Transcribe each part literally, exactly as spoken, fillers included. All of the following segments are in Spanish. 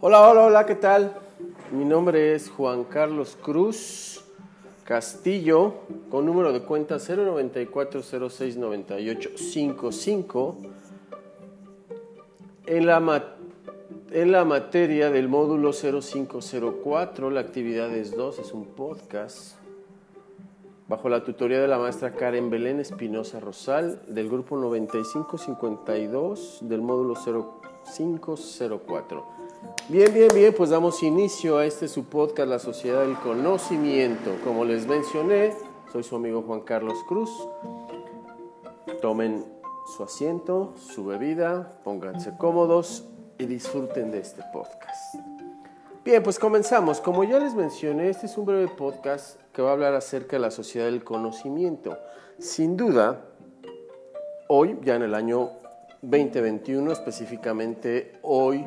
Hola, hola, hola, ¿qué tal? Mi nombre es Juan Carlos Cruz Castillo, con número de cuenta cero noventa y cuatro cero seis noventa y ocho cincuenta y cinco. En la, ma- en la materia del módulo cero cinco cero cuatro, la actividad es dos, es un podcast bajo la tutoría de la maestra Karen Belén Espinosa Rosal, del grupo noventa y cinco cincuenta y dos del módulo cero cinco cero cuatro. Bien, bien, bien, pues damos inicio a este su podcast, La Sociedad del Conocimiento. Como les mencioné, soy su amigo Juan Carlos Cruz. Tomen su asiento, su bebida, pónganse cómodos y disfruten de este podcast. Bien, pues comenzamos. Como ya les mencioné, este es un breve podcast que va a hablar acerca de la sociedad del conocimiento. Sin duda, hoy, ya en el año veinte veintiuno, específicamente hoy,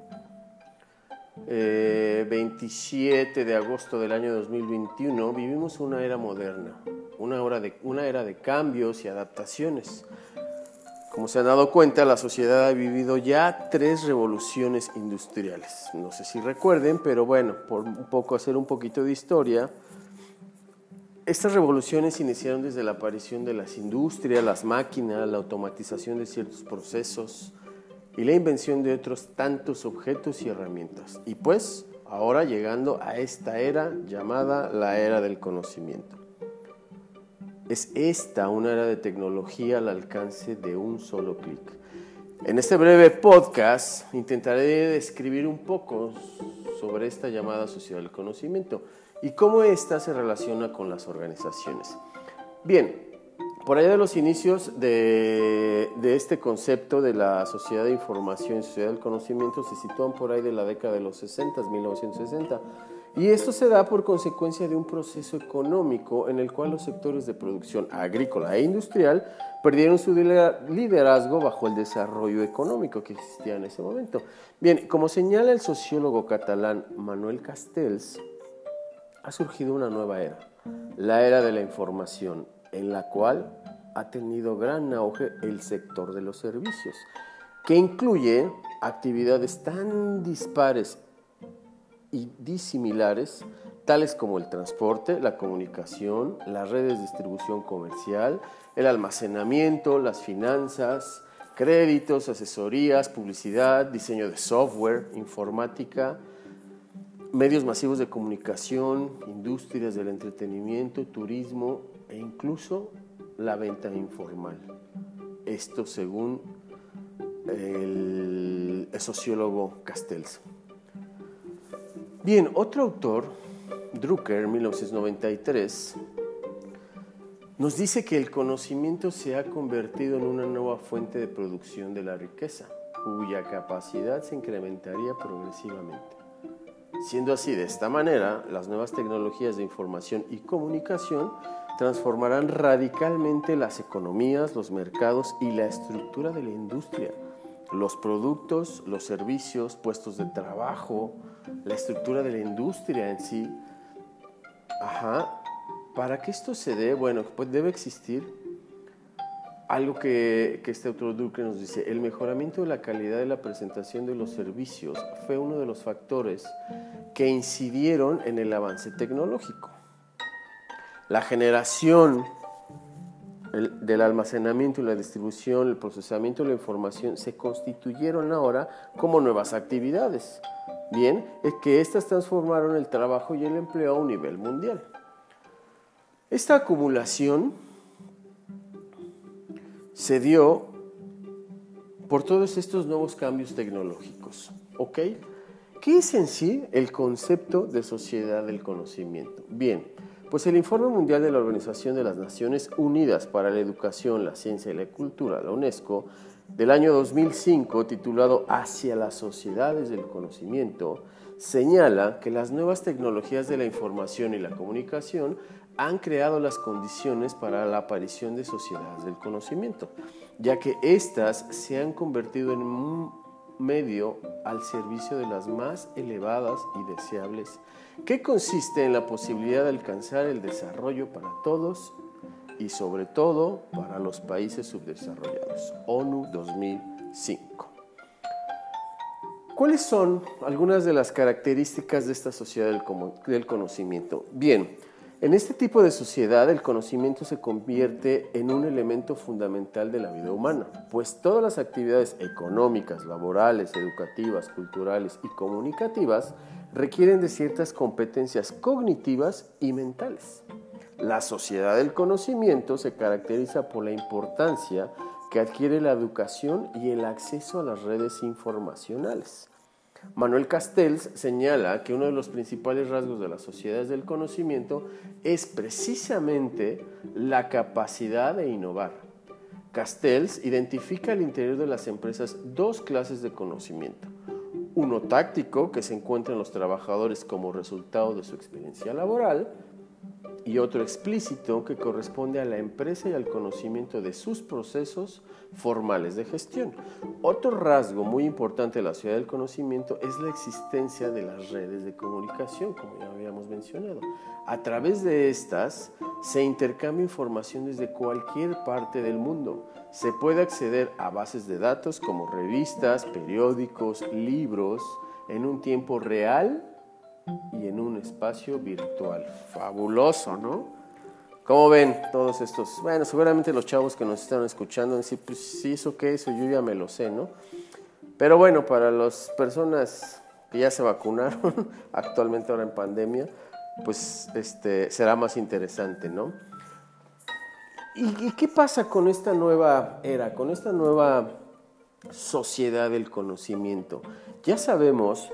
eh, veintisiete de agosto del año dos mil veintiuno, vivimos una era moderna, una, hora de, una era de cambios y adaptaciones. Como se han dado cuenta, la sociedad ha vivido ya tres revoluciones industriales. No sé si recuerden, pero bueno, por un poco hacer un poquito de historia, estas revoluciones iniciaron desde la aparición de las industrias, las máquinas, la automatización de ciertos procesos y la invención de otros tantos objetos y herramientas. Y pues, ahora llegando a esta era llamada la era del conocimiento. Es esta una era de tecnología al alcance de un solo clic. En este breve podcast intentaré describir un poco sobre esta llamada sociedad del conocimiento y cómo ésta se relaciona con las organizaciones. Bien, por allá de los inicios de, de este concepto de la sociedad de información y sociedad del conocimiento se sitúan por ahí de la década de los sesenta, mil novecientos sesenta. Y esto se da por consecuencia de un proceso económico en el cual los sectores de producción agrícola e industrial perdieron su liderazgo bajo el desarrollo económico que existía en ese momento. Bien, como señala el sociólogo catalán Manuel Castells, ha surgido una nueva era, la era de la información, en la cual ha tenido gran auge el sector de los servicios, que incluye actividades tan dispares y disimilares, tales como el transporte, la comunicación, las redes de distribución comercial, el almacenamiento, las finanzas, créditos, asesorías, publicidad, diseño de software, informática, medios masivos de comunicación, industrias del entretenimiento, turismo e incluso la venta informal. Esto según el, el sociólogo Castells. Bien, otro autor, Drucker, mil novecientos noventa y tres, nos dice que el conocimiento se ha convertido en una nueva fuente de producción de la riqueza, cuya capacidad se incrementaría progresivamente. Siendo así, de esta manera, las nuevas tecnologías de información y comunicación transformarán radicalmente las economías, los mercados y la estructura de la industria, los productos, los servicios, puestos de trabajo, la estructura de la industria en sí. Ajá. Para que esto se dé, bueno, pues debe existir algo que, que este autor Drucker nos dice: el mejoramiento de la calidad de la presentación de los servicios fue uno de los factores que incidieron en el avance tecnológico. La generación el, del almacenamiento y la distribución, el procesamiento de la información se constituyeron ahora como nuevas actividades. Bien, es que estas transformaron el trabajo y el empleo a un nivel mundial. Esta acumulación se dio por todos estos nuevos cambios tecnológicos, ¿ok? ¿Qué es en sí el concepto de sociedad del conocimiento? Bien, pues el Informe Mundial de la Organización de las Naciones Unidas para la Educación, la Ciencia y la Cultura, la UNESCO, del año dos mil cinco, titulado Hacia las sociedades del conocimiento, señala que las nuevas tecnologías de la información y la comunicación han creado las condiciones para la aparición de sociedades del conocimiento, ya que éstas se han convertido en un medio al servicio de las más elevadas y deseables, que consiste en la posibilidad de alcanzar el desarrollo para todos y sobre todo para los países subdesarrollados. ONU dos mil cinco. ¿Cuáles son algunas de las características de esta sociedad del, del conocimiento? Bien, en este tipo de sociedad el conocimiento se convierte en un elemento fundamental de la vida humana, pues todas las actividades económicas, laborales, educativas, culturales y comunicativas requieren de ciertas competencias cognitivas y mentales. La sociedad del conocimiento se caracteriza por la importancia que adquiere la educación y el acceso a las redes informacionales. Manuel Castells señala que uno de los principales rasgos de las sociedades del conocimiento es precisamente la capacidad de innovar. Castells identifica al interior de las empresas dos clases de conocimiento. Uno táctico, que se encuentra en los trabajadores como resultado de su experiencia laboral, y otro explícito que corresponde a la empresa y al conocimiento de sus procesos formales de gestión. Otro rasgo muy importante de la sociedad del conocimiento es la existencia de las redes de comunicación, como ya habíamos mencionado. A través de estas se intercambia información desde cualquier parte del mundo. Se puede acceder a bases de datos como revistas, periódicos, libros, en un tiempo real y en un espacio virtual. Fabuloso, ¿no? ¿Cómo ven todos estos? Bueno, seguramente los chavos que nos están escuchando decir, pues sí, eso qué, eso yo ya me lo sé, ¿no? Pero bueno, para las personas que ya se vacunaron, actualmente ahora en pandemia, pues este, será más interesante, ¿no? ¿Y, y qué pasa con esta nueva era, con esta nueva sociedad del conocimiento? Ya sabemos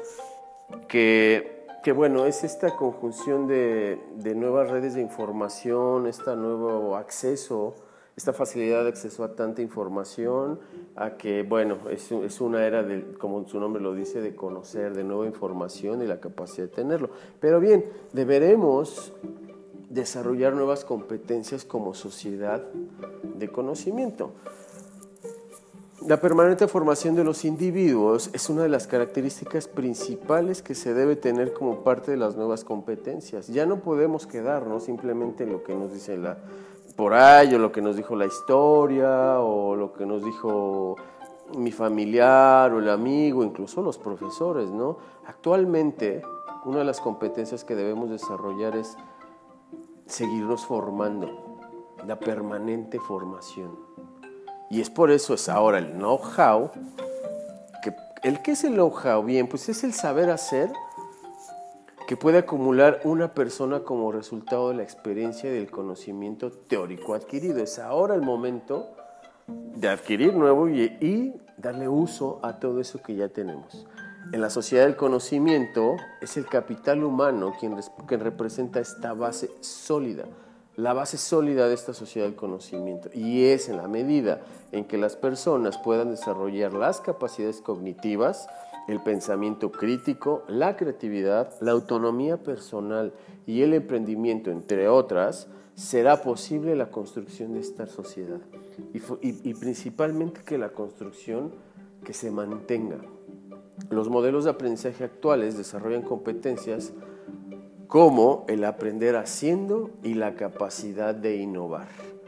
que... que bueno, es esta conjunción de, de nuevas redes de información, este nuevo acceso, esta facilidad de acceso a tanta información, a que, bueno, es, es una era, de, como su nombre lo dice, de conocer, de nueva información y la capacidad de tenerlo. Pero bien, deberemos desarrollar nuevas competencias como sociedad de conocimiento. La permanente formación de los individuos es una de las características principales que se debe tener como parte de las nuevas competencias. Ya no podemos quedarnos simplemente en lo que nos dice la, por ahí, o lo que nos dijo la historia, o lo que nos dijo mi familiar, o el amigo, incluso los profesores, ¿no? Actualmente, una de las competencias que debemos desarrollar es seguirnos formando, la permanente formación. Y es por eso es ahora el know-how. Que, ¿El qué es el know-how? Bien, pues es el saber hacer que puede acumular una persona como resultado de la experiencia y del conocimiento teórico adquirido. Es ahora el momento de adquirir nuevo y, y darle uso a todo eso que ya tenemos. En la sociedad del conocimiento es el capital humano quien, quien representa esta base sólida. La base sólida de esta sociedad del conocimiento, y es en la medida en que las personas puedan desarrollar las capacidades cognitivas, el pensamiento crítico, la creatividad, la autonomía personal y el emprendimiento, entre otras, será posible la construcción de esta sociedad y, y, y principalmente que la construcción que se mantenga. Los modelos de aprendizaje actuales desarrollan competencias como el aprender haciendo y la capacidad de innovar.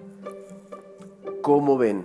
¿Cómo ven?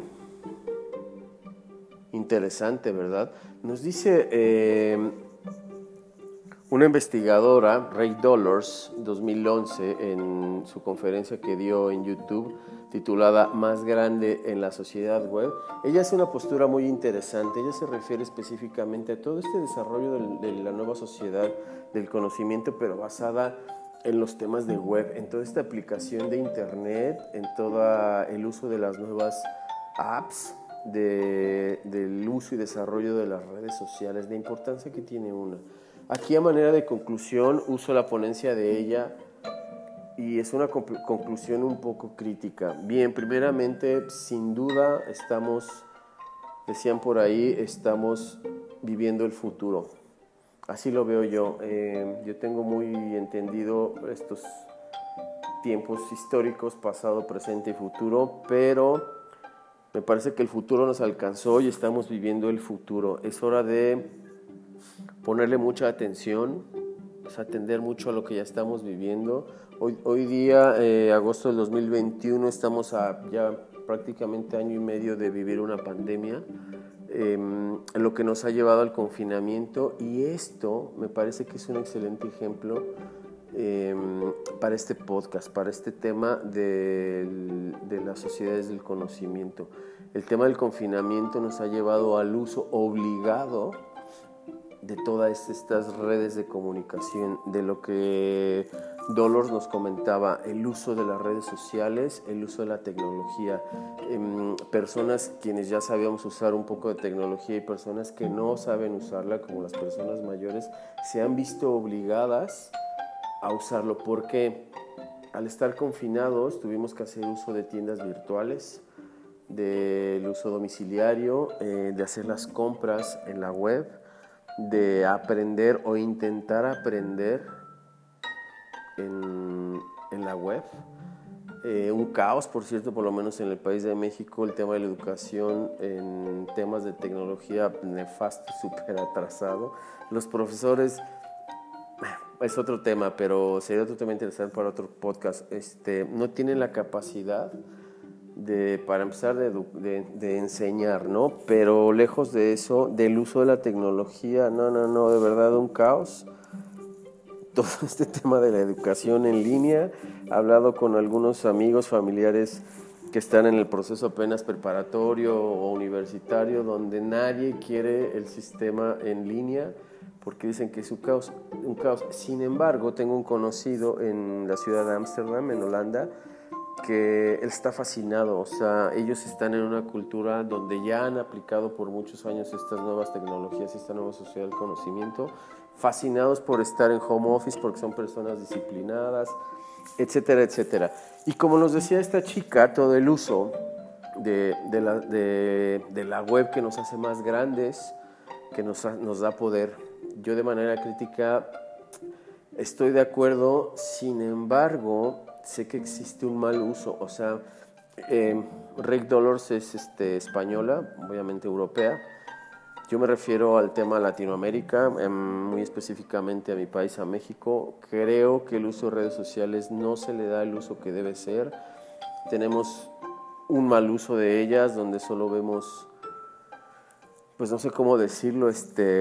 Interesante, ¿verdad? Nos dice eh, una investigadora, Ray Dollars, dos mil once, en su conferencia que dio en YouTube, titulada Más grande en la sociedad web. Ella hace una postura muy interesante. Ella se refiere específicamente a todo este desarrollo de, de la nueva sociedad del conocimiento, pero basada en los temas de web, en toda esta aplicación de internet, en todo el uso de las nuevas apps, de, del uso y desarrollo de las redes sociales, la importancia que tiene una. Aquí, a manera de conclusión, uso la ponencia de ella y es una conclusión un poco crítica. Bien, primeramente, sin duda, estamos, decían por ahí, estamos viviendo el futuro. Así lo veo yo. Eh, yo tengo muy entendido estos tiempos históricos, pasado, presente y futuro, pero me parece que el futuro nos alcanzó y estamos viviendo el futuro. Es hora de ponerle mucha atención, es atender mucho a lo que ya estamos viviendo. Hoy, hoy día, eh, agosto del dos mil veintiuno, estamos a ya prácticamente año y medio de vivir una pandemia. eh, lo que nos ha llevado al confinamiento, y esto me parece que es un excelente ejemplo eh, para este podcast, para este tema de, de las sociedades del conocimiento. El tema del confinamiento nos ha llevado al uso obligado de todas estas redes de comunicación, de lo que Dolores nos comentaba, el uso de las redes sociales, el uso de la tecnología, eh, personas quienes ya sabíamos usar un poco de tecnología y personas que no saben usarla, como las personas mayores, se han visto obligadas a usarlo, porque al estar confinados tuvimos que hacer uso de tiendas virtuales, del uso domiciliario, eh, de hacer las compras en la web, de aprender o intentar aprender en, en la web. Eh, un caos, por cierto, por lo menos en el país de México, el tema de la educación en temas de tecnología nefasto, súper atrasado. Los profesores, es otro tema, pero sería otro tema interesante para otro podcast. Este, no tienen la capacidad de, para empezar, de, de, de enseñar, ¿no? Pero lejos de eso, del uso de la tecnología, no, no, no, de verdad un caos. Todo este tema de la educación en línea, he hablado con algunos amigos, familiares que están en el proceso apenas preparatorio o universitario, donde nadie quiere el sistema en línea porque dicen que es un caos, un caos. Sin embargo, tengo un conocido en la ciudad de Ámsterdam, en Holanda, que él está fascinado. O sea, ellos están en una cultura donde ya han aplicado por muchos años estas nuevas tecnologías, esta nueva sociedad del conocimiento, fascinados por estar en home office porque son personas disciplinadas, etcétera, etcétera. Y como nos decía esta chica, todo el uso de, de, la, de, de la web que nos hace más grandes, que nos, nos da poder. Yo de manera crítica estoy de acuerdo, sin embargo, sé que existe un mal uso. O sea, eh, Rick Dolores es este, española, obviamente europea. Yo me refiero al tema Latinoamérica, eh, muy específicamente a mi país, a México. Creo que el uso de redes sociales no se le da el uso que debe ser. Tenemos un mal uso de ellas, donde solo vemos, pues no sé cómo decirlo, este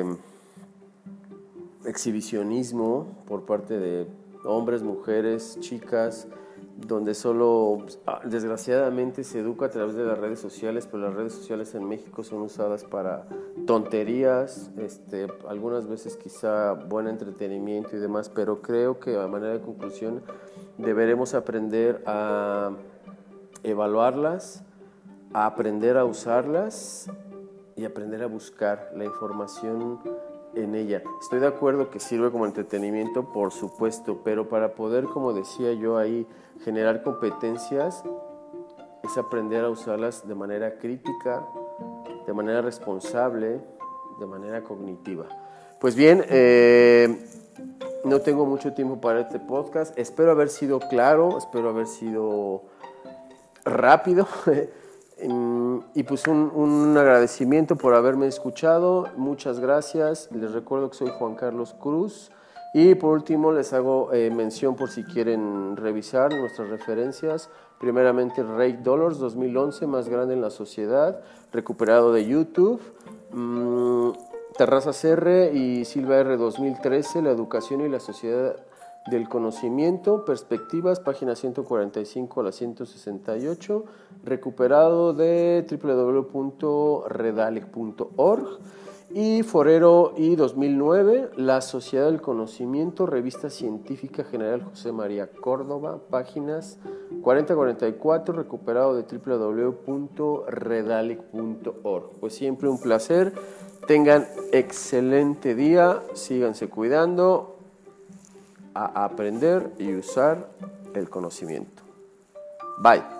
exhibicionismo por parte de hombres, mujeres, chicas, donde solo, desgraciadamente, se educa a través de las redes sociales, pero las redes sociales en México son usadas para tonterías, este, algunas veces quizá buen entretenimiento y demás, pero creo que a manera de conclusión deberemos aprender a evaluarlas, a aprender a usarlas y aprender a buscar la información en ella. Estoy de acuerdo que sirve como entretenimiento, por supuesto, pero para poder, como decía yo ahí, generar competencias, es aprender a usarlas de manera crítica, de manera responsable, de manera cognitiva. Pues bien, eh, no tengo mucho tiempo para este podcast. Espero haber sido claro, espero haber sido rápido. Y pues un, un agradecimiento por haberme escuchado, muchas gracias. Les recuerdo que soy Juan Carlos Cruz y por último les hago eh, mención por si quieren revisar nuestras referencias. Primeramente Rick Dolores dos mil once, más grande en la sociedad, recuperado de YouTube. mm, Terrazas R y Silva R dos mil trece, la educación y la sociedad del conocimiento, perspectivas, página ciento cuarenta y cinco a la ciento sesenta y ocho, recuperado de doble u doble u doble u punto redalec punto org. Y Forero y dos mil nueve, la sociedad del conocimiento, revista científica General José María Córdoba, páginas cuarenta a cuarenta y cuatro, recuperado de doble u doble u doble u punto redalec punto org. Pues siempre un placer, tengan excelente día, síganse cuidando, a aprender y usar el conocimiento. Bye.